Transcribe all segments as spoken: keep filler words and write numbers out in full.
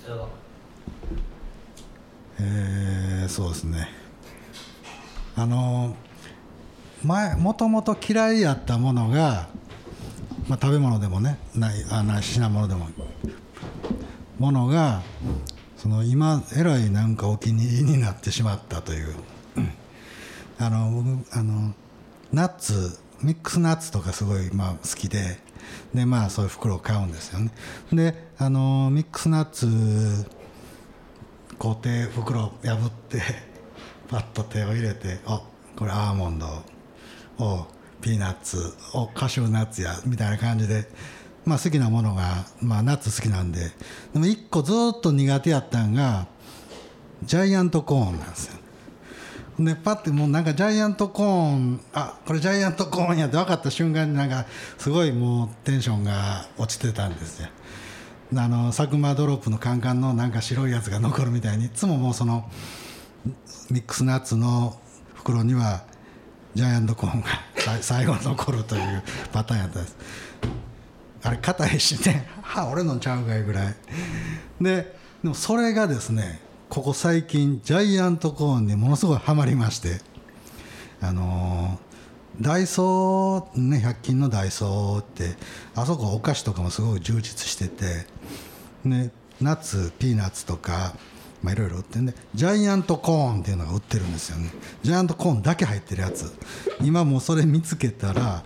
えー、そうですね。あの前もともと嫌いやったものが、まあ、食べ物でもね、ないあない品物でもものがその今えらいなんかお気に入りになってしまったという。あの僕あのナッツミックスナッツとかすごいまあ好きで、でまあそういう袋を買うんですよね。であのミックスナッツこう手袋破ってパッと手を入れて、あこれアーモンド、おピーナッツ、おカシューナッツやみたいな感じで、まあ好きなものが、まあナッツ好きなんで、でも一個ずっと苦手やったんがジャイアントコーンなんですよ。でパッてもうなんかジャイアントコーン、あこれジャイアントコーンやって分かった瞬間になんかすごいもうテンションが落ちてたんですよ。あの佐久間ドロップのカンカンのなんか白いやつが残るみたいに、いつももうそのミックスナッツの袋にはジャイアントコーンが最後に残るというパターンやったんです。あれ硬いしね、は俺のちゃうかいぐらいで、でもそれがですね、ここ最近ジャイアントコーンにものすごいハマりまして、あのー、ダイソーね、ひゃく均のダイソーってあそこお菓子とかもすごく充実してて、ね、ナッツピーナッツとかまあいろいろ売ってんで、ジャイアントコーンっていうのが売ってるんですよね。ジャイアントコーンだけ入ってるやつ、今もうそれ見つけたら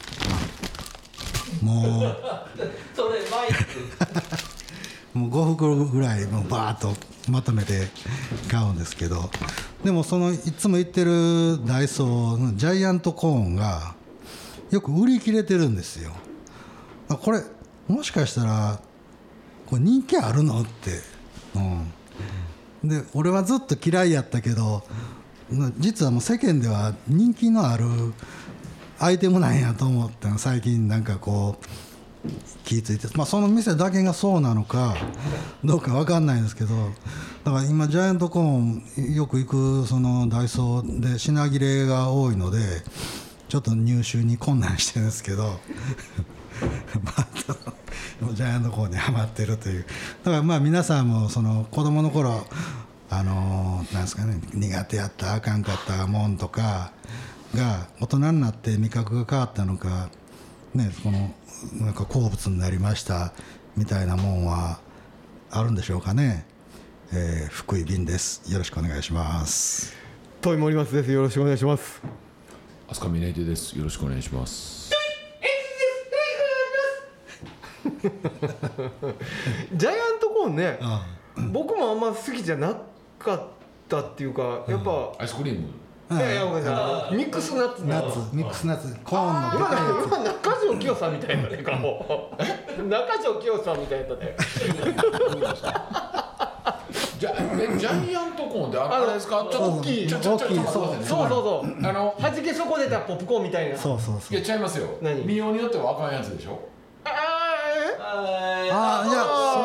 もうそれマイクもうご袋ぐらいもうバーッとまとめて買うんですけど、でもそのいつも行ってるダイソーのジャイアントコーンがよく売り切れてるんですよ。これもしかしたらこれ人気あるのって、うん、で俺はずっと嫌いやったけど、実はもう世間では人気のあるアイテムなんやと思ったの最近なんかこう気ぃついて、まあ、その店だけがそうなのかどうか分かんないんですけど、だから今ジャイアントコーンよく行くそのダイソーで品切れが多いのでちょっと入手に困難してるんですけどまあジャイアントコーンにハマってるという。だからまあ皆さんもその子供の頃あのなんですかね、苦手やったあかんかったもんとかが大人になって味覚が変わったのかね、このなんか好物になりましたみたいなもんはあるんでしょうかね。えー、福井便です。よろしくお願いします。 遠い森松です。よろしくお願いします。 飛鳥峰秀です。よろしくお願いします。 ジャイアントコーンね、 ああ、うん、 僕もあんま好きじゃなかったっていうか、やっぱ、うん、 アイスクリーム、 いやいやごめんなさい、ミックスナッツナッツミックスナッツコーンの今今中条きよさんみたいなね顔中条きよさんみたいなねじゃえジャイアントコーンってあれですか？ちょっと大きいちょちょちょ大きい、 ちょそうそうそう、 あのはじけ損ねたポップコーンみたいな。 そうそうそう。 いや違いますよ。 何？ 見ようによってはあかんやつでしょ。 あああ、いや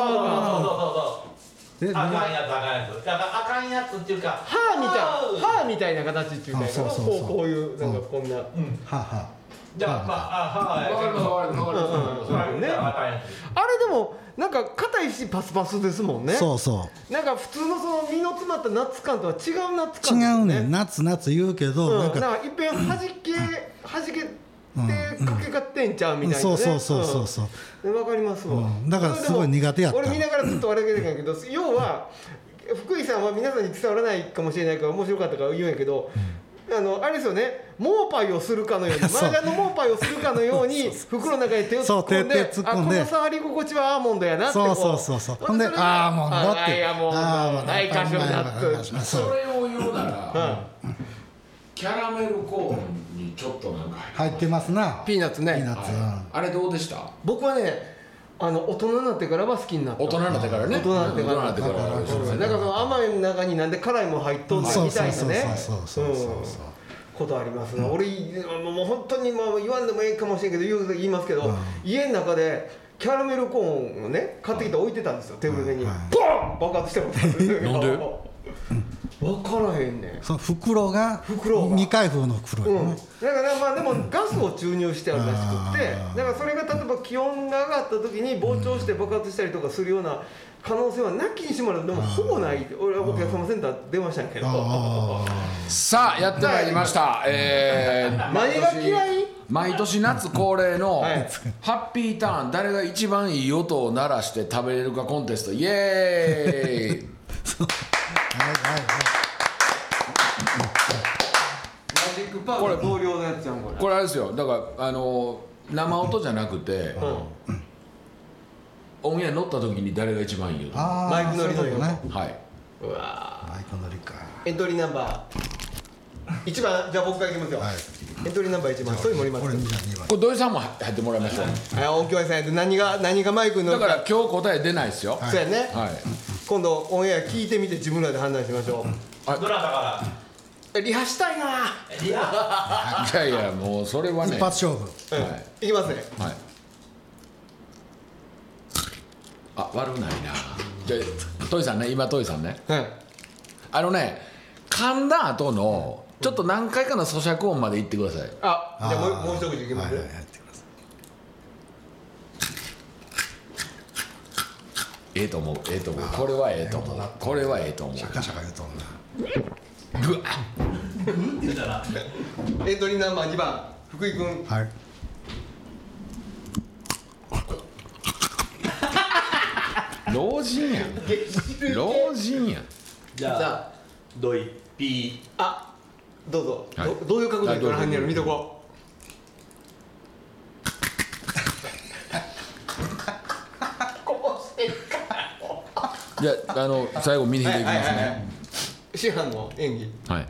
そうそうそうそう、あかんやつあかんやつだからあかんやつっていうか歯みたい歯みたいな形っていうか、 そうそうそうこうこういうなんかこんな、うん、 はあはあ、 じゃあまああはわかりますわかりますわかります。 それねあかんやつ。 あれでもなんか硬いしパスパスですもんね。 そうそう。 なんか普通のその身の詰まったナッツ感とは違うナッツ感です違ね。 うねん、ナッツナッツ言うけど、 うん、 なんかなんかいっぺんはじけはじけてかけがってんちゃうみたいなね。 そうそうそうそうそう。 うん、わかりますわ、 うん、だからすごい苦手やった。 俺見ながらずっと笑けてたけど、要は福井さんは皆さんに伝わらないかもしれないから面白かったから言うんやけど、うん、あのあれですよね、モーパイをするかのように、麻雀のモーパイをするかのように袋の中に手を突っ込んで、あ、この触り心地はアーモンドやなってこう、 そうそうそうそう、ほんでアーモンドって、 アーモンド、はいカシューナッツ、 それを言うなら、うん、キャラメルコーンにちょっとなんか入ってますな。 ピーナッツね。 ピーナッツ、 はい、あれどうでした？ 僕はね、あの大人になってからは好きになった。 大人になってからね。 大人になってから。大人になってから。なんかその甘いの中になんで辛いも入っとんだみたいなね。ことありますね。俺もう本当にもう言わんでもいいかもしれんけど言いますけど、うん、家の中でキャラメルコーンをね買ってきて置いてたんですよ、テーブル上に。ボーン爆発してもらったんですよ。 なんで？ 分からへんねん。 その袋が袋が未開封の袋うん、 やね、 だからまあでもガスを注入してあるらしくて、 あーだからそれが例えば気温が上がった時に膨張して爆発したりとかするような可能性はなきにしもあらず、でもほぼないって俺はお客様センター電話したんやけど、 あさあやってまいりました、えー、 何が嫌い？ 毎年夏恒例のはいハッピーターン、誰が一番いい音を鳴らして食べれるかコンテスト、イエーイあはいはいはいマジックパーの同僚のやつじゃんこれ。 これあれですよ、だからあの生音じゃなくて、 うんオンエア乗った時に誰が一番いい音、はあーマイク乗りのそういうことねい、 うわマイク乗りかエントリーナンバーいちばん、じゃあ僕からいきますよ、 はいエントリーナンバーいちばん、そういう森松これ君。 にばんにばんこれ土井さんも入ってもらいましょう。 はい、大木愛さんやって何が何がマイクに乗るか。 だから今日答え出ないですよ。 はいそうやね、 はい。 今度オンエア聞いてみて自分らで判断しましょう。 どなたかえリハしたいな。 らいやいやいやもうそれはね。 一発勝負うんはいいきますね。 はい。あ、悪ないな。じゃあトイさんね、今トイさんね。 はい。 あのね、噛んだ後のちょっと何回かの咀嚼音まで言ってください。 あ、じゃあもうあーもう一口いきますよ。 はいはいやってくださええと思う、ええと思う。これはええと思う。これはええと思うい。シャカシャカ言うとんなうわ。 うんって言ったらエントリーナンバーにばん、福井君。 はい老人やん。老人やん。 じゃあドイピあ、どうぞ。 はいどどういう角度でからはんねやろ見とこじゃああの最後見にう。 行っていきますはいはいはいね。 師範の演技。 はい。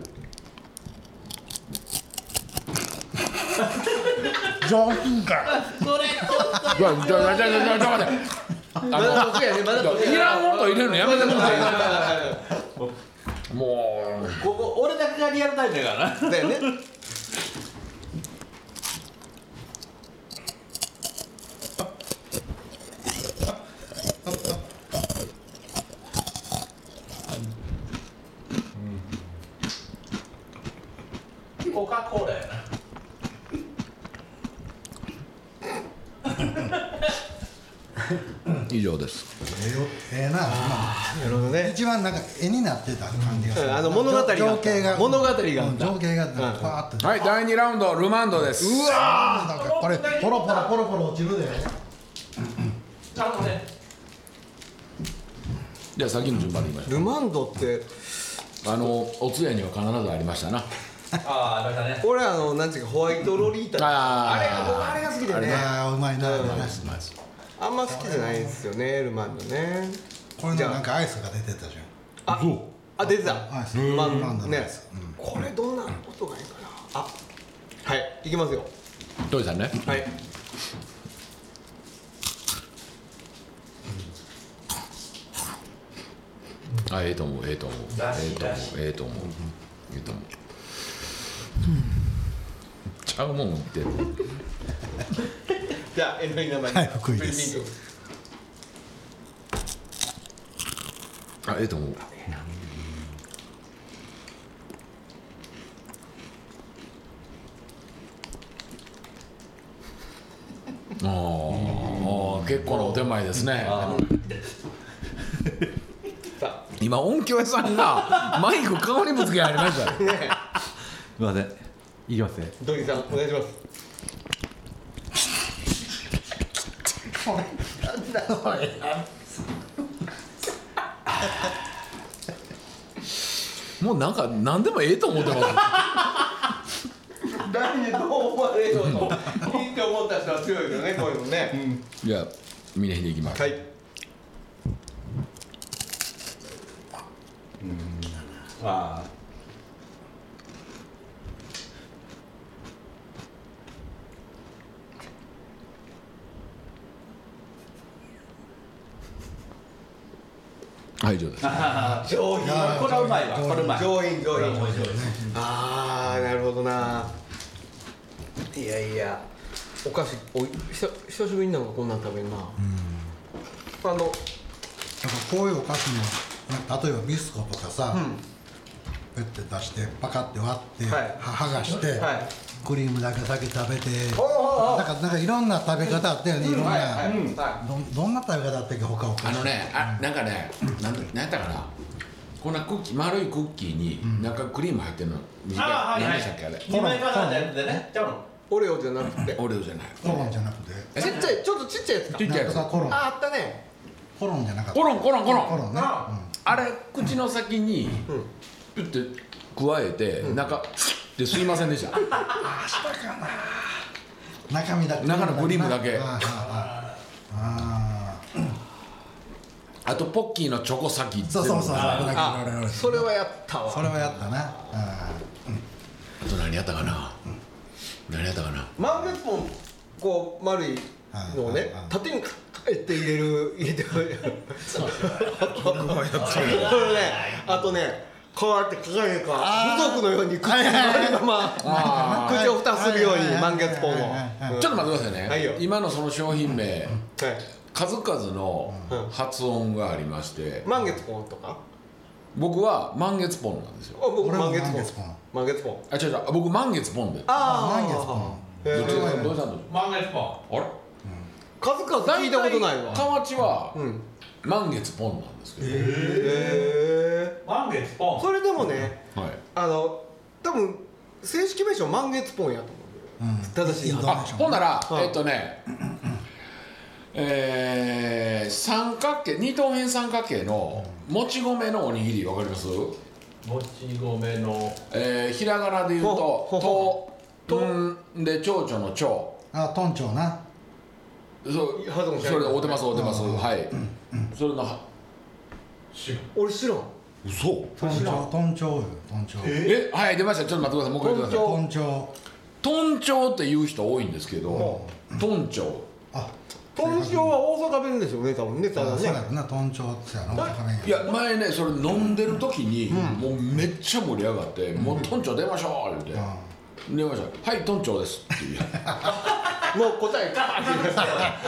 上品かこれちょっうわ、じゃあじゃあじゃあじゃあ待って。あまだ僕やね、まだ僕や。 いらん音入れるのやめてもらっていいはいはいはいもう。 とここ俺だけがリアルタイムやからなだよね。 コカ・コーラやな以上です。 ええよええな、まあなるほどね。 一番なんか絵になってた感じがするうんあの物語があった情景が物語があったうん情景がなんかパーッとはい、だいにラウンドルマンドです。 うわなんかこれポロポロポロポロ落ちるでちゃんとねじゃあ先の順番で言いましょルマンドってう。あのお通夜には必ずありましたな。 ああありましたね俺あのなんていうかホワイトロリータあーあれが僕あれが好きでね。 ああうまいな、 うんこあんま好きじゃないんですよねルマンドね。 れのなんかアイスが出てたじああ出てた。 アイスルマルマンンドねドのアイス。うんこれどんな音がいいかな。あはいいきますよ。 トイさんね。 はい。 あ、ええと思う、ええと思う。えらしいえと思うらし、 ええと思う。ええと思う。ちゃうもんって。 じゃあエントリーナンバーにはい福井ですフリッピンあ、ええと思う。あーあー、結構なお手前ですね。 あさ今音響屋さんがマイク顔にぶつけありましたよ。 あねすみません。いきますね。 土井さんお願いします。 もうなんか何でもええと思ってます。 誰にどう思われようといいって思った人は強いけどねこういうのね。 じゃあ峰秀いきます。 はい。 あはい、以上です。 あ上品。 これはうまいわこれうまい上品上品。 面白いああなるほどな。いやいやお菓子おい久久しぶりになんかこんなん食べるな。あのなんかこういうお菓子もなんか例えばビスコとかさ、 ペッて出してパカって割って、 はいは剥がして、 はい、 クリームだけ先食べて、 おおおなんかなんかいろんな食べ方あったよね、いろんな、 はいはいはどどんな食べ方あったっけ他他あのねあなんかねなんなんやったかなこんなクッキー丸いクッキーに中クリーム入ってるの短い、 あーはいはい何でしたっけあれにまい重ねたやつでねちゃうのオレオじゃなくてオレオじゃないコロンじゃなくてちっちゃいちょっとちっちゃいやつかちっちゃいやつなんとかコロンああったねコロンじゃなかったコロンコロンコロンコロンね、 ああれ口の先にうんピュッて加えて中ってすいませんでしたああしたかな中身だけ中のクリームだけあーあーあーああとポッキーのチョコ先ーそうそうそうあーこれだけあこれだけそれはやったわそれはやったなああと何やったかな何やったかな満月ポンこう丸いのをねはいはいはい縦にカッて入れる入れてるこれねあとねこうやって抱えるか部族のように口に回るままあー口を蓋するように満月ポンのはいはいはいうんちょっと待ってくださいね、 はいよ今のその商品名はい数々の発音がありまして、 満月ポンとか僕は満月ポンなんですよあ僕俺も満月ポン満月ポン満月ポンあ違う違う僕満月ポンであ満月ポンへどっちーさんどうしたんです満月ポンあれ数々聞いたことないわ河内はうん満月ポンなんですけど、 へえ満月ポンそれでもねはい、 あの多分正式名称満月ポンやと思ううん正しいあインドネシアほんなら、 はいえっとねえー、三角形二等辺三角形のもち米のおにぎりわかります？ もち米のえー、ひらがなで言うとほほ 「と」んで蝶々の「蝶あトンチョウな」 そうハトのそれで合うてます合うてますはいそれのはし俺知らん嘘トンチョウトンチョウよトンチョウえはい出ましたちょっと待ってくださいもう一回言ってくださいトンチョウトンチョウって言う人多いんですけどトンチョウあトンチョウは大阪弁ですよね多分ね多あ分ねそうやろなトンチョウってやろ大阪弁やいや前ねそれ飲んでる時にもうめっちゃ盛り上がって「もうトンチョウ出ましょう」言うてあ出ました「はいトンチョウです」っていうもう答えガーンって言いました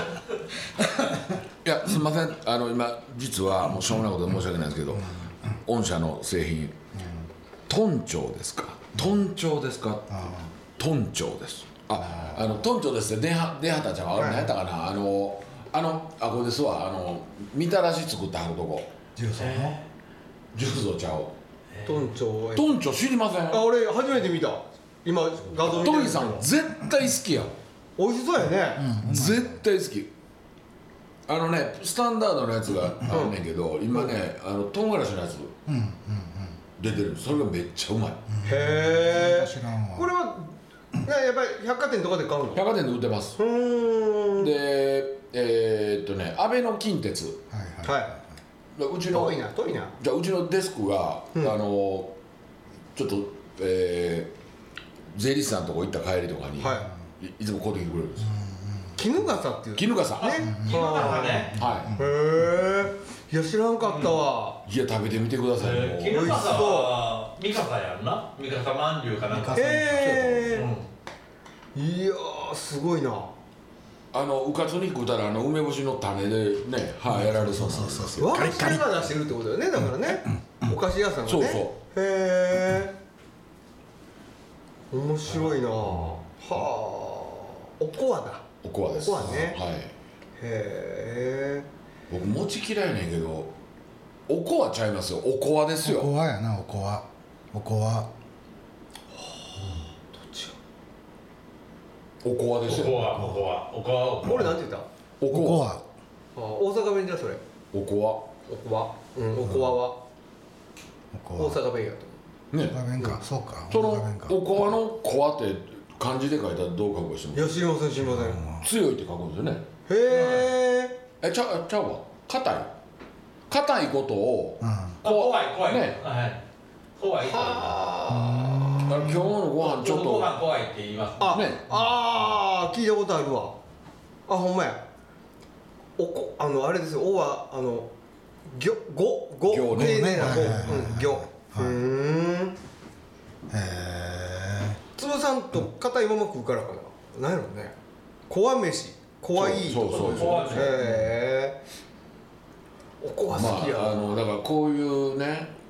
いやすみませんあの今実はもうしょうもないことで申し訳ないんですけど御社の製品トンチョウですかトンチョウですかあトンチョウですああのトンチョウですって出は出はったちゃんはあれ何やったかなあのあのあこれですわあのみたらし作ってはるとこ重曹のジューゾちゃうトンチョウトンチョウ知りませんあ俺初めて見た今画像見てるトイさん絶対好きやん美味しそうやね絶対好きあのねスタンダードのやつがあんねんけど、今ねあの唐辛子のやつうんうん出てるそれがめっちゃうまいへえ知らんわこれはねやっぱり百貨店とかで買うの百貨店で売ってますうーんでえー、っとね安倍の近鉄はいはいはうちのい遠いな遠いなじゃあうちのデスクが、 うんあのちょっとえー、税理士さんのとこ行った帰りとかに、、 はいいつも買うてきてくれるんですよ衣笠っていう絹笠、 ね今からねはへえいや知らんかったわいいや食べてみてください、もう絹笠は三笠やんな三笠まんじゅうかなんか三笠へうんえいやーすごいなあのうかつに食うたらあの梅干しの種でね、はい、やられそうなんですよ和菓子屋が出してるってことだよねだからねお菓子屋さんがねそうそうへえ面白いなはあおこわだおこわですおこわねはいへえ僕餅嫌いやねんけどおこわちゃいますよおこわですよおこわやなおこわおこわおこわですよここはここはここは俺なんて言ったおおここわわあ大阪弁じゃそれおこおこわうんおこわはおこ大わ阪弁やとわね大阪弁かそうかその大阪弁かおこわのこわって漢字で書いたらどう書くかしてもいや知りません知りませんへ強いって書くんですよねええちゃちゃうわ硬い硬いことをうんあ怖い怖いねはい怖いと言いまああ今日のご飯すちょっとご飯怖いって言いますあねあー聞いたことあるわあほんまやおこあのあれですよおはあのぎょごご行ね丁寧なごはいはいはいはいうんぎょうーんへえ潰さんと硬いまま食うからかななんやろねこわ飯怖いとかそうそうそう怖いへえおこわ好きやまああなのだからこういうね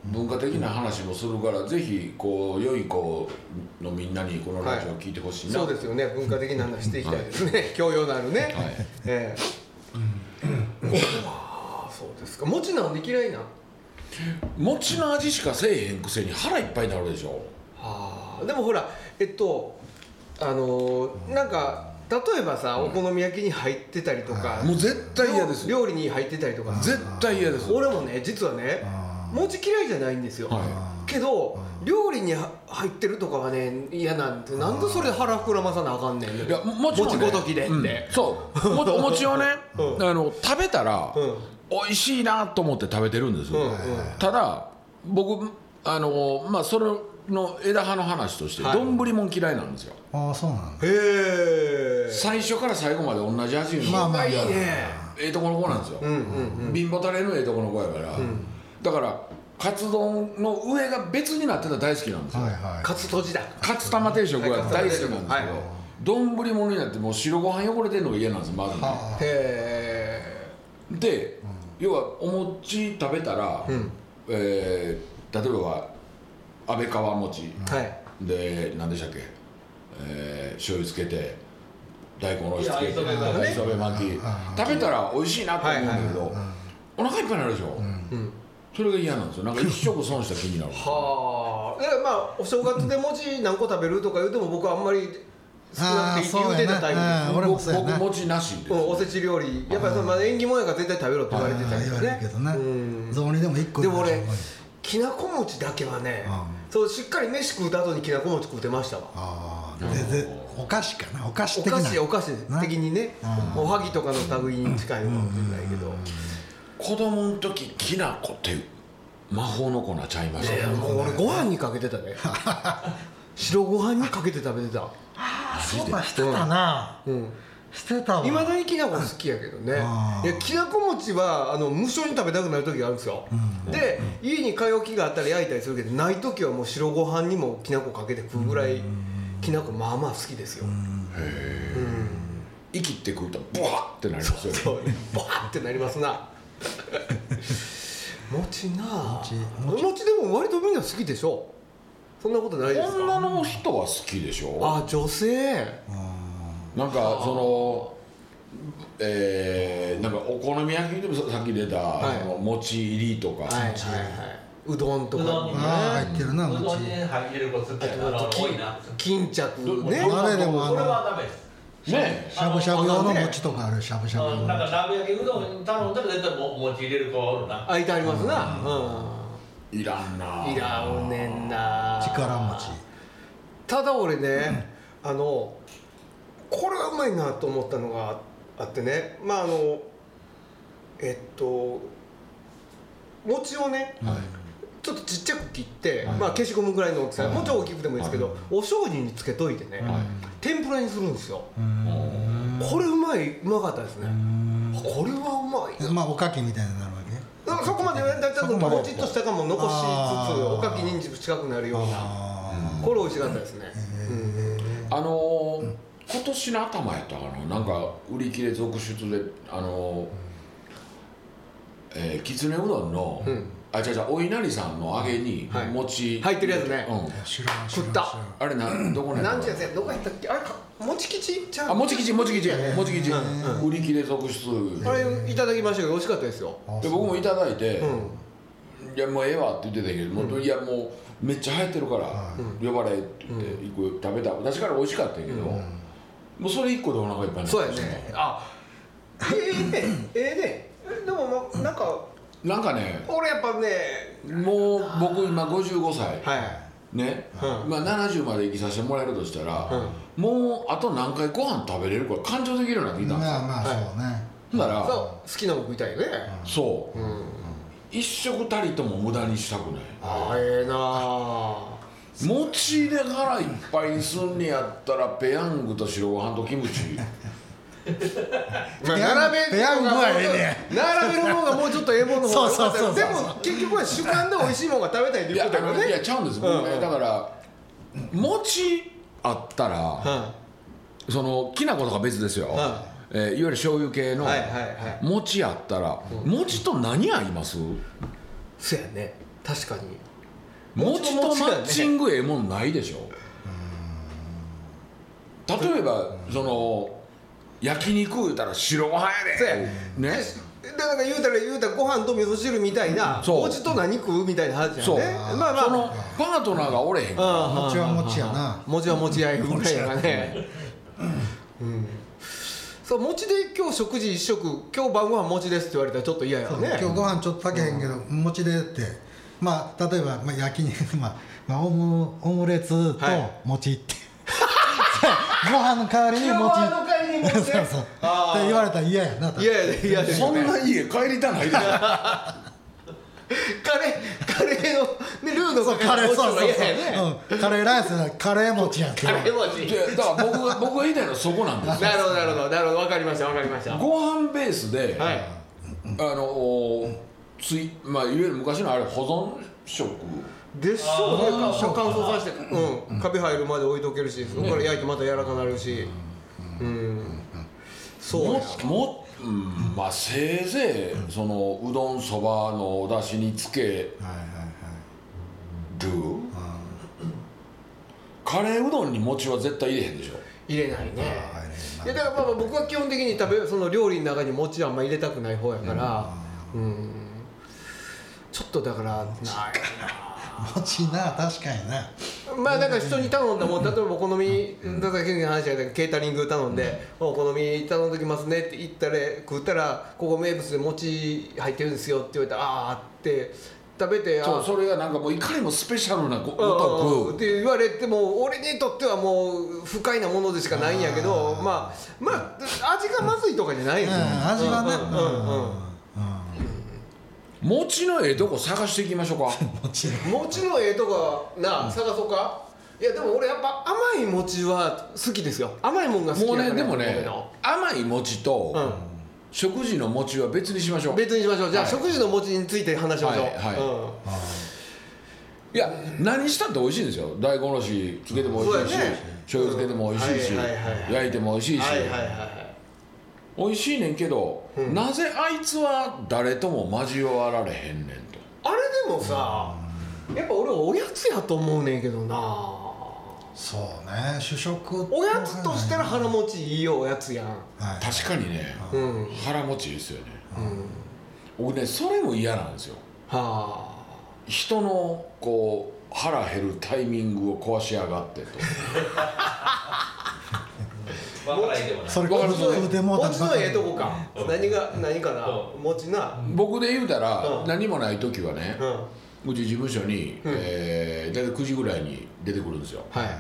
文化的な話もするから、ぜひこう良い子のみんなにこのラジオを聞いてほしいな、 そうですよね、文化的な話していきたいですね、教養のあるね、 はいええああそうですか。餅なんで嫌いなん？ 餅の味しかせえへんくせに腹いっぱいになるでしょ。 はあ、でもほらえっとあのーなんか例えばさ、お好み焼きに入ってたりとか、 もう絶対嫌ですよ。 料理に入ってたりとか、 絶対嫌です。 俺もね実はね餅嫌いじゃないんですよ、 はいけど料理に入ってるとかはね嫌なんて、なんでそれで腹膨らまさなあかんねん。 いやももちろんね、 餅ごときでって、 うんそうもお餅をね、 うんあの食べたら、 うん美味しいなと思って食べてるんですよ、 うんうんただ僕あのまあそれの枝葉の話としてはい丼もん嫌いなんですよ。 ああそうなんだ。 へえ最初から最後まで同じ味の、 まあまあいいね、 ええとこの子なんですよ、 うんうんうん貧乏タレのええとこの子やから、 んだからカツ丼の上が別になってたら大好きなんですよ、 はいはい。 カツとじだ。 カツ玉定食が大好きなんですけど、 はい丼ものになってもう白ご飯汚れてるのが嫌なんですよまずね。 はへで、要はお餅食べたら、 え、うん、 えー例えば安倍川餅はいで何でしたっけ、えー、醤油つけて大根おろしつけていや磯辺巻きね磯辺巻き食べたら美味しいなと思うんだけど、お腹いっぱいになるでしょ、 うんそれが嫌なんですよ。なんか一食損した気になるはあ、だからまあお正月で餅何個食べるとか言うても僕はあんまり少なくていいって言うてたタイプです。 あーそうやなうん俺もそうやな僕餅なしです、 うん、おせち料理やっぱりそのまあ縁起物やから絶対食べろって言われてたああ言わけどね。 れるけどな。 うん雑煮でも一個でも俺しょうがないきなこ餅だけはね、 うそうしっかり飯食うた後にきなこ餅食うてましたわ。 ああででお菓子かな、お菓子お的な。 菓子お菓子的にね、 うんおはぎとかの類に近いのかもしれないけど、 子供の時きなこって魔法の粉ちゃいましたいやもう俺ご飯にかけてたね白ご飯にかけて食べてた。 そうだしてたな。 うんしてたわ。 いまだにきなこ好きやけどね。 あーいやきなこ餅はあの無性に食べたくなる時があるんですよ、で家に買い置きがあったら焼いたりするけど、ない時はもう白ご飯にもきなこかけて食うぐらいきなこまあまあ好きですよ。 生きてくるとブワッってなりますよね。 そうバーってなりますな餅なあ餅餅でも割とみんな好きでしょ。そんなことないですか。 女の人は好きでしょ。 あ女性なんかそのえー、なんかお好み焼きでもさっき出た、 はいその餅入りとか、 はいはいはいうどんとかうどんにねああ入ってるなうどん餅。 にね入れる子好きやな、あの多いな。 巾着ね。 鍋でもあそれのはダメです。 ねしゃぶしゃぶ用の餅とかある、しゃぶしゃぶ用のなんか餅。 鍋焼きうどん頼んだら絶対も餅入れる子おるな。 あいてありますな。うんいらんな。 いらんねんな。 力餅。 ただ俺ね、あのこれはうまいなと思ったのがあってね、まああのえっと餅をね、ちょっとちっちゃく切って、まあ消しゴムぐらいの大きさ、もうちょい大きくてもいいですけど、お醤油につけといてね、天ぷらにするんですよ。これうまいうまかったですね。あこれはうまい。 まあおかきみたいになるわけ。 だからそこまでちゃんともちっとした感も残しつつ、 あーおかきにんじく近くなるような。 あこれ美味しかったですね。 あのー今年の頭やったかな、なんか売り切れ続出で、あのーえー、きつねうどんの、 うんあ違う違うお稲荷さんの揚げにはい餅、 入ってるやつねうん、 あ。知らん知らん食った知らんあれなどこねなんちゅうやつやどこやったっけあれかもち吉ちゃうあもち吉もち吉もち吉、 うん売り切れ続出、 あれいただきましたけど美味しかったですよ。 あで僕もいただいて、 うんいやもうええわって言ってたけど、もういやもうめっちゃ流行ってるから、 はい呼ばれって言って一個食べた確かに美味しかったけど、もうそれ一個でお腹いっぱいになってそうやね。あええねええねえでもまあなんかなんかね俺やっぱねもう僕今ごじゅうごさい、 はいね、 うんまあ、ななじゅうまで生きさせてもらえるとしたら、もうあと何回ご飯食べれるか感情できるようになってきたんですよ、 まあまあそうね。 ほんならそう好きなもん食いたいよね。 そう、 うん一食たりとも無駄にしたくないああええなあ餅で腹いっぱいにすんねやったらペヤングと白ご飯とキムチまあペヤン並べるペヤングはええね並べる方がもうちょっとええものの方が良かったよ。 そうそうそうそうでも結局は主観で美味しいものが食べたいっていや言ってたからね。 あのいやちゃうんです、僕ねうんうんだから餅あったら、 はそのきな粉とか別ですよ、 はえーいわゆる醤油系のはいはいはい餅あったら、餅と何合います？ そうやね。 確かに餅とマッチングええもんないでしょ。例えばその焼肉言うたら白ご飯やでね。 だから言うたら言うたらご飯と味噌汁みたいな餅と何食うみたいな話じゃんね。まあまあそのパートナーがおれへんから餅は餅やな。 餅は餅やぐらいやからね。うん。そう餅で今日食事一食今日晩ご飯餅ですって言われたらちょっと嫌やね。 今日ご飯ちょっと炊けへんけど餅でってまあ例えばまあ焼肉まあまあオムオムレツと餅って。ご飯の代わりに餅。 ご飯の代わりに餅。 そうそう。って言われたら嫌やな。 嫌やで嫌やで。 そんな家帰りたないでしょ。 カレーカレーのねルーのカレーそうそうそう。 嫌やね。 うん。カレーライスなカレー餅やんけ。 カレー餅。 だから僕が僕が言いたいのはそこなんですよ。 なるほどなるほどなるほど分かりました分かりました。 ご飯ベースで、 はい。 あのついまあいわゆる昔のあれ保存食。 でしょうね。乾燥させて、うん、カビ入るまで置いとけるし、そこから焼いてまた柔らかなるし、うん、そうや。 もうん、まあせいぜいそのうどんそばのお出汁につける、カレーうどんに餅は絶対入れへんでしょ。 入れないね。いやだからまあまあ僕は基本的に食べその料理の中に餅はあんま入れたくない方やから、うん、ちょっとだからないな。 餅な確かにな。 まあなんか人に頼んだもん例えばお好みだからケ話やけどケータリング頼んでお好み頼んどきますねって言ったら食ったらここ名物で餅入ってるんですよって言われたらああって食べてそうそれがなんかもういかにもスペシャルなことをって言われても俺にとってはもう不快なものでしかないんやけどまあまあ味がまずいとかじゃないんですよ。 味はね。 餅のええとこ探していきましょうか。 餅のええとこな探そうか。いやでも俺やっぱ甘い餅は好きですよ。甘いもんが好きもうだからねでもね甘い餅と、うん食事の餅は別にしましょう。 別にしましょう。じゃあ、はい、食事の餅について話しましょう。 はいはいうんいや何したって美味しいんですよ。大根おろしつけても美味しいし、ね、醤油つけても美味しいし、焼いても美味しいし、はいはいはい、美味しいねんけど、うん、なぜあいつは誰とも交わられへんねんと。 あれでもさ、やっぱ俺おやつやと思うねんけどな。 そうね主食おやつとしたら腹持ちいいよおやつやん、はい、 確かにね、うん、腹持ちいいですよね、うん、僕ねそれも嫌なんですよ。はあ人のこう腹減るタイミングを壊しやがってとそれから餅のええとこか何が何かな餅な僕で言うたら、うん、何もない時はね、うん、うち事務所に、うんえー、大体くじぐらいに出てくるんですよ、はい、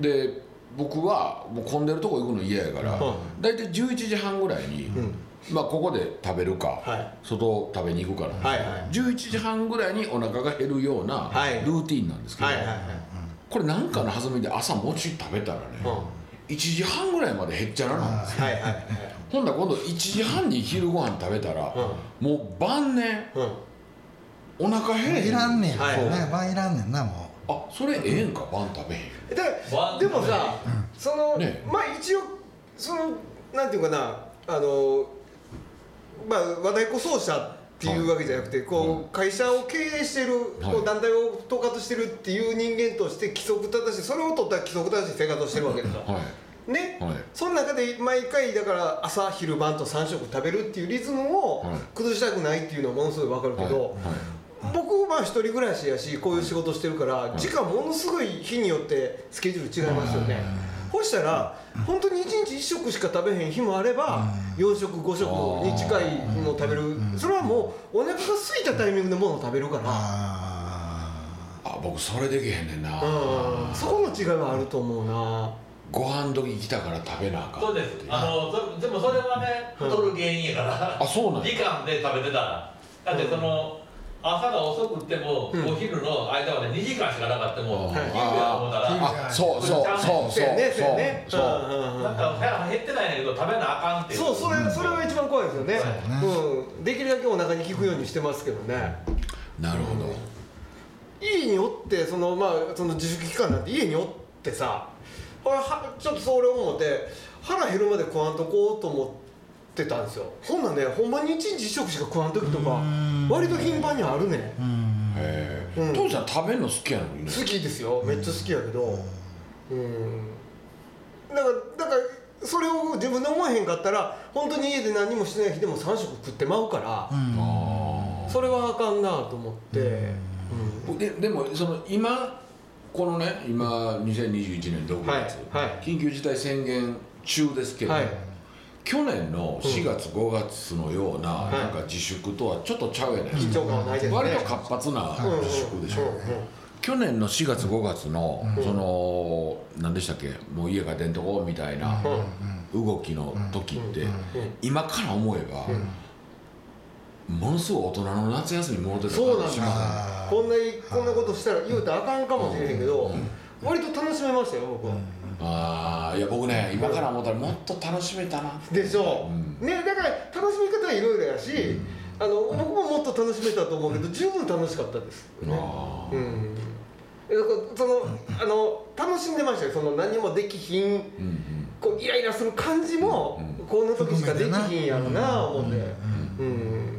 で僕はもう混んでるとこ行くの嫌やから、うん、大体じゅういちじはんぐらいに、うんまあここで食べるか、はい、外食べに行くから、ねはいはい、じゅういちじはんぐらいにお腹が減るようなルーティンなんですけど、はいはいはいはい、これ何かの弾みで朝餅食べたらね、うん、いちじはんぐらいまで減っちゃらなんですよ、はいはいはい、ほんだら今度いちじはんに昼ご飯食べたら、うん、もう晩ね、うん、お腹減れへんいらんねん、はいはい、晩いらんねんなもうあそれええんか晩食べへんで, でもさ、うん、その、ね、まあ一応そのなんていうかなあのまあ、和太鼓奏者っていうわけじゃなくて、はい、こう会社を経営してる、はい、こう団体を統括してるっていう人間として規則正しいそれを取った規則正しい生活をしてるわけですよ、はいねはい、その中で毎回だから朝昼晩とさん食食べるっていうリズムを崩したくないっていうのはものすごい分かるけど、はいはい僕は一人暮らしやしこういう仕事してるから時間ものすごい日によってスケジュール違いますよね。そしたら本当にいちにちいっ食しか食べへん日もあればよん食ご食に近いものを食べるそれはもうお腹が空いたタイミングでものを食べるからあ僕それできへんねんなうんそこの違いはあると思うなご飯時来たから食べなあかんそうですあのそでもそれはね太る原因やから、 うん、あそうなん時間で食べてたらだってその、うん朝が遅くっても、うん、お昼の間はねにじかんしかなかったもん、うん、昼やと思ったらあそうそうそうそうそうねそうだから減ってないんだけど食べなあかんっていうそうそれそれが一番怖いですよね、うん、できるだけお腹に効くようにしてますけどねなるほど、 うん、家におってそのまあその自粛期間なんて家におってさこれはちょっとそれを思って腹減るまで食わんとこうと思っててたんですよ。ほんなねほんまにいちにちいっ食しか食わん時とか割と頻繁にあるねん。 へ食べるの好きやのにね。 好きですよ、めっちゃ好きやけど、うん、だからだからそれを自分で思えへんかったら本当に家で何もしてない日でもさん食食ってまうから、うん、それはあかんなと思って、 うん、で, でもその今このね今にせんにじゅういちねんろくがつ、はいはい、緊急事態宣言中ですけど、はい、去年のしがつ、うん、ごがつのような、はい、なんか自粛とはちょっとちゃうやないですか、 はい、 割と活発な自粛でしょ、うんうんうん、去年のしがつごがつの、うん、その何でしたっけ、もう家が出んとこみたいな動きの時って、うんうん、今から思えば、うん、ものすごい大人の夏休み戻ってたそうなんですこんなこんなことしたら言うたらあかんかもしれへんけど、うんうん、割と楽しめましたよ僕は、うん、 ああいや僕ね今から思ったらもっと楽しめたなでしょう、うん、ね、だから楽しみ方はいろいろやし、うん、あの僕ももっと楽しめたと思うけど、うん、十分楽しかったです、ね、あ、うん、そのあの楽しんでましたよ、その何もできひん、うんうん、こうイライラする感じも、うん、この時しかできひんやろな思って、うんうん、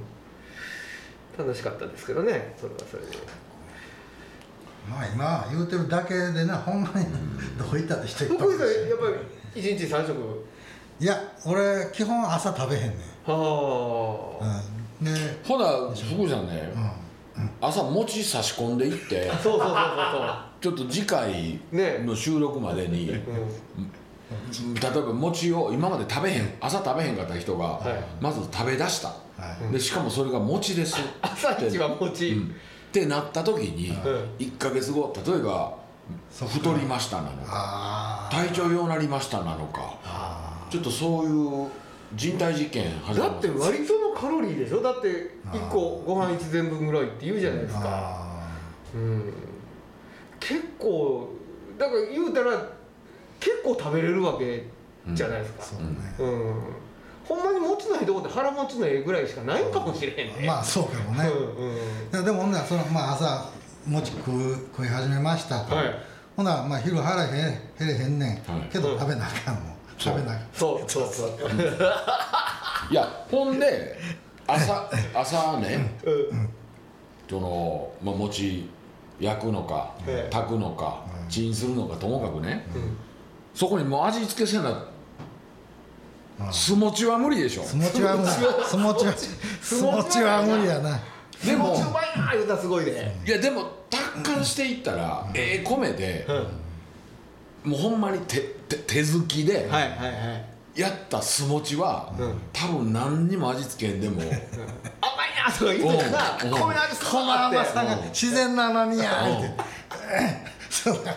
楽しかったですけどね、それはそれで。 まあ今言うてるだけでな、ほんまにどういったって人いっぱいいるし。 福井さんやっぱりいちにちさん食？ いや俺基本朝食べへんねん。はあ、うん、でほな福井さんね、うんうん、朝餅差し込んでいってそうそうそうそうちょっと次回の収録までに、ね、うん、例えば餅を今まで食べへん朝食べへんかった人が、はい、まず食べ出した、はい、でしかもそれが餅です朝一は餅、うんってなった時にいっかげつご、例えば太りましたなのか体調良くなりましたなのか、ちょっとそういう人体実験始めます。 だって割とのカロリーでしょ、だっていっこご飯いちぜんぶんぐらいって言うじゃないですか、うん、結構だから言うたら結構食べれるわけじゃないですか、うん、そうね、うん、ほんまに餅のええとこって腹持ちのええぐらいしかないかもしれへんね。 まあそうかもね、うんうん、でもほんならその、まあ、朝餅食う食い始めましたと、はい、ほんならまあ昼腹減れ減れへんねん、はい、けど食べなあかんもん、うん、食べなあかん、 そうそうそういやほんで朝朝ね、うん、その、まあ、餅焼くのか、うん、炊くのか、うん、チンするのかともかくね、うん、そこにもう味付けせなすもちは無理でしょ。 すもちは無理。すもちはすもちは無理やな。 でもすもちうまいな言うたらすごいね。 いやでも達観していったら、うん、ええ米で、うん、もうほんまに手手手突きでやったすもちは、うん、多分何にも味付けんでも、うん、甘いなとか言ってたら、米の味すごいなって。 甘さが自然な甘みやって。そうだ。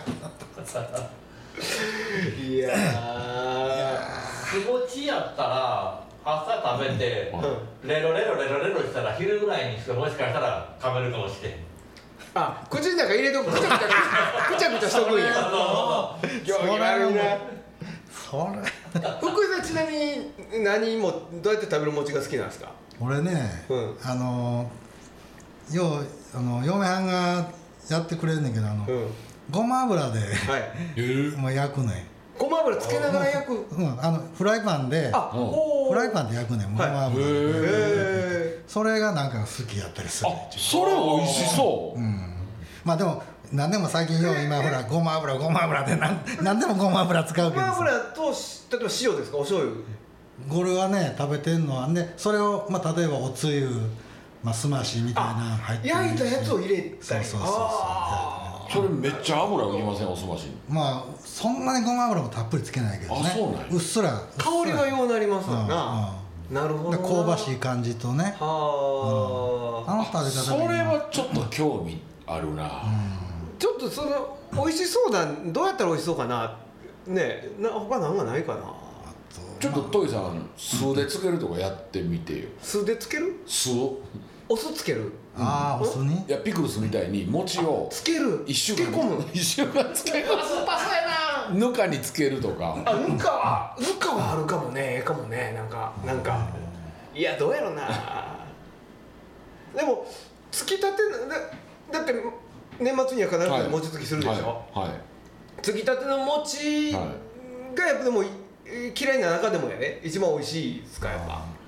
いやー。 すもちやったら朝食べて、うん、レロレロレロレロしたら昼ぐらいにしてもしかしたら噛めるかもしれん。 あ、口の中入れとく、くちゃくちゃくちゃくちゃしとくんや。 それ悪いな。それ。 福井さんちなみに何もどうやって食べる餅が好きなんですか？ 俺ね、うん、あのようあの嫁はんがやってくれるんだけどあの、うん、ごま油で、はい、もう焼くねん。 ごま油つけながら焼く、 うん、あのフライパンでフライパンで焼くねん、ごま油で、はい、それがなんか好きやったりする。 あ、それ美味しそう、うん、 まあでも何でも最近よう今ほらごま油ごま油で何何でもごま油使うけどごま油と例えば塩ですか、お醤油？ これはね食べてんのはね、それを、まあ、例えばおつゆ、まあ、すましみたいな入ってる焼いたやつを入れたり、 そうそうそうそう、 それめっちゃ油浮きません、おすまし。 まあそんなにごま油もたっぷりつけないけどね。 あ、そうなんや。 うっすら香りがようなりますわな、うんうん、なるほどな。 香ばしい感じとね、は、うん、あの食べ方それはちょっと興味あるな、うん、 ちょっとその美味しそうだ、どうやったら美味しそうかなね、な他なんかないかな。 ちょっとトイさん酢でつけるとかやってみてよ。 酢でつける？ 酢をお酢つける？ ああ、お酢に？ いやピクルスみたいに餅をつける。 一週間漬け込む。 一週間つける。 酸っぱそうやな。 ぬかにつけるとか。 あ、ぬかはぬかはあるかもね、ええかもね、なんかなんか。いやどうやろな。でもつきたてだ、だって年末には必ず餅つきするでしょ。はい。はい、つきたての餅がやっぱでも嫌いな中でもやね、一番美味しいですかやっぱ。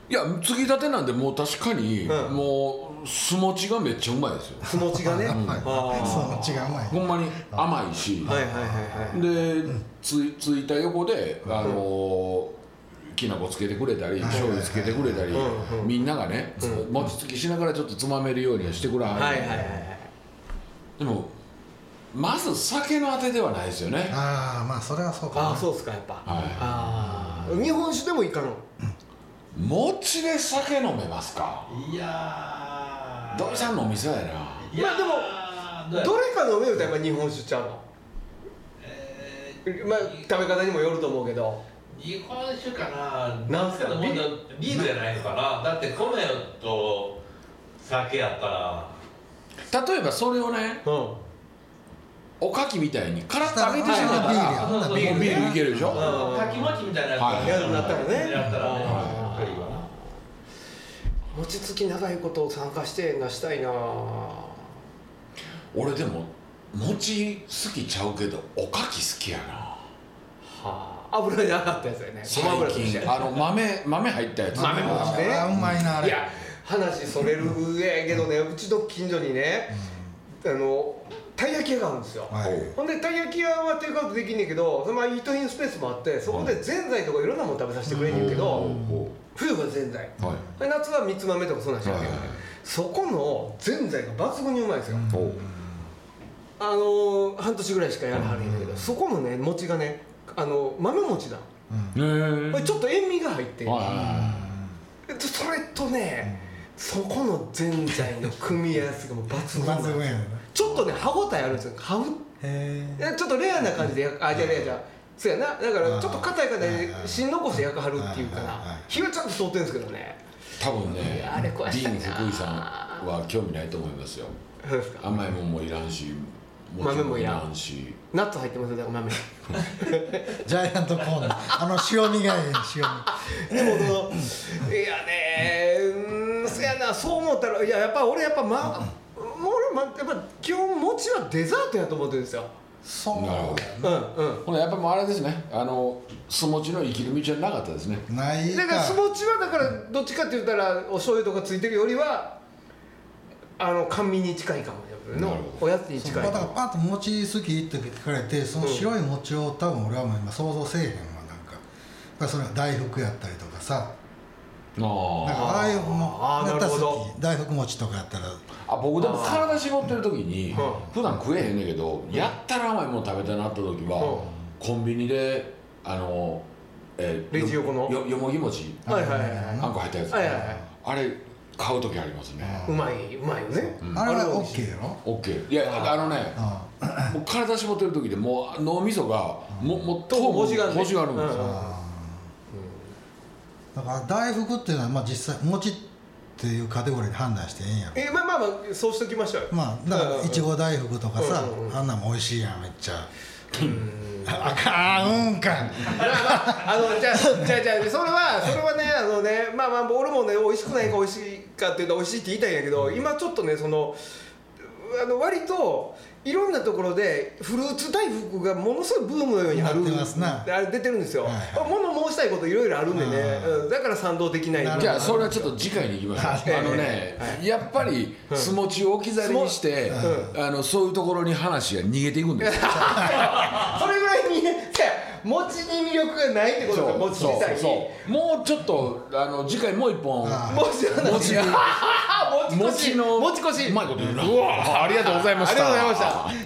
いや継ぎたてなんでもう確かに、うん、もう酢餅がめっちゃうまいですよ。 酢餅がね、うん、 酢餅がうまい。 ほんまに甘いし、はいはいはいはい、で、うん、つ, ついた横であのー、きな粉つけてくれたり醤油つけてくれたり、うん、みんながね、うん、餅つきしながらちょっとつまめるようにしてくれはる、はいはいはい、でもまず酒のあてではないですよね。 ああまあそれはそうかな。 ああそうですかやっぱ、はい、あ日本酒でもいいかな。 餅で酒飲めますか。 いやー土井さんのお店やな。 いやまあでもどれか飲めるとやっぱ日本酒ちゃうの、えー、まあ食べ方にもよると思うけど日本酒かな。 なんすかビールじゃないのかな。だって米と酒やったら例えばそれをね、うん、おかきみたいにカラッと揚げてしまったらビールいけるでしょ。 かき餅みたいなやつ、 はい、やるんだったらねやったらね、 餅つき長いこと参加してがしたいな。 俺でも餅好きちゃうけどおかき好きやな。はあ、油に上がったやつだよね。 最近あの豆豆入ったやつ。 豆餅ね。 うまいなあれ。 いや話それるやけどね、うちの近所にね、うん、あのたい焼き屋があるんですよ、はい、ほんでたい焼き屋はテイクアウトできんねんけど、そのイートインスペースもあってそこでぜんざいとかいろんなもの食べさせてくれんねんけど、うん、冬はぜんざい、はい、夏はみつ豆とかそうなんしやけど、はい、そこのぜんざいが抜群にうまいんですよ、うん、あのー、半年ぐらいしかやらはれへんねんけど、うん、そこのね餅がねあの豆餅だ、うん、これちょっと塩味が入ってる、うん、それとね、うん、そこのぜんざいの組み合わせがもう抜群なんですよ。ちょっとね歯応えあるんですよ。歯ちょっとレアな感じで焼く。あ、じゃあレアじゃあそうやな。だからちょっと硬い方で芯残して焼くはるっていうかな。火はちゃんと通ってるんですけどね。 多分ね、 あれ壊したいな。 ディーン福井さんは興味ないと思いますよ。 そうですか。 甘いもんもいらんし、 豆もいらんし。ナッツ入ってますよ、だから豆。 ジャイアントコーン、あの塩味がいい塩味。 でもそのいやね、うん、そやな、そう思ったらいややっぱ俺やっぱま。俺もやっぱ基本餅はデザートやと思ってるんですよ。 そうなるほど、うんうん、ほらやっぱもうあれですね、あの酢餅の生きる道はなかったですね。 ないか。 だから酢餅はだからどっちかって言ったらお醤油とかついてるよりはあの甘味に近いかもねのおやつに近い。 だからパッと餅好きって聞かれてその白い餅を多分俺はもう今想像せえへんわ。なんかそれは大福やったりとかさ。あああいうもあなるほど大福餅とかやったらあ僕でも体絞ってる時に普段食えへんねんけど、うん、やったら甘いもの食べたなった時は、うん、コンビニであの、 えー、レジ横のよよもぎ餅、 はいはいはい、 あんこ入ったやつ、はいはいはい、あれ買う時ありますね。 うまいうまいよね、 うん、あれは OK やろ OK。 いやあのねもう体絞ってる時でもう脳みそがももっと星があるんですよ。 だから大福っていうのはまあ実際餅っていうカテゴリーで判断してええんやろ。 えまあまあまあそうしときましょうよ。 まあだからいちご大福とかさ、うんうん、あんなんも美味しいやんめっちゃ。あかんうんかん。 あのじゃあじゃあじゃあそれはそれはねあのねまあまあ俺もね美味しくないか美味しいかっていうと美味しいって言いたいんやけど、今ちょっとねそのあの割と。いろんなところでフルーツ大福がものすごいブームのようにある出ますなあれ出てるんですよ、はいはい、物申したいこといろいろあるんでね、うん、だから賛同できない。 じゃあそれはちょっと次回に行きましょう。あのね、はい、やっぱり酢餅を置き去りにして、うん、あのそういうところに話が逃げていくんですよそれぐらいに餅に魅力がないってことか。餅自体にそうもうちょっとあの次回もう一本餅餅餅の餅越しうまいこと言うな。うわありがとうございました。 ありがとうございました。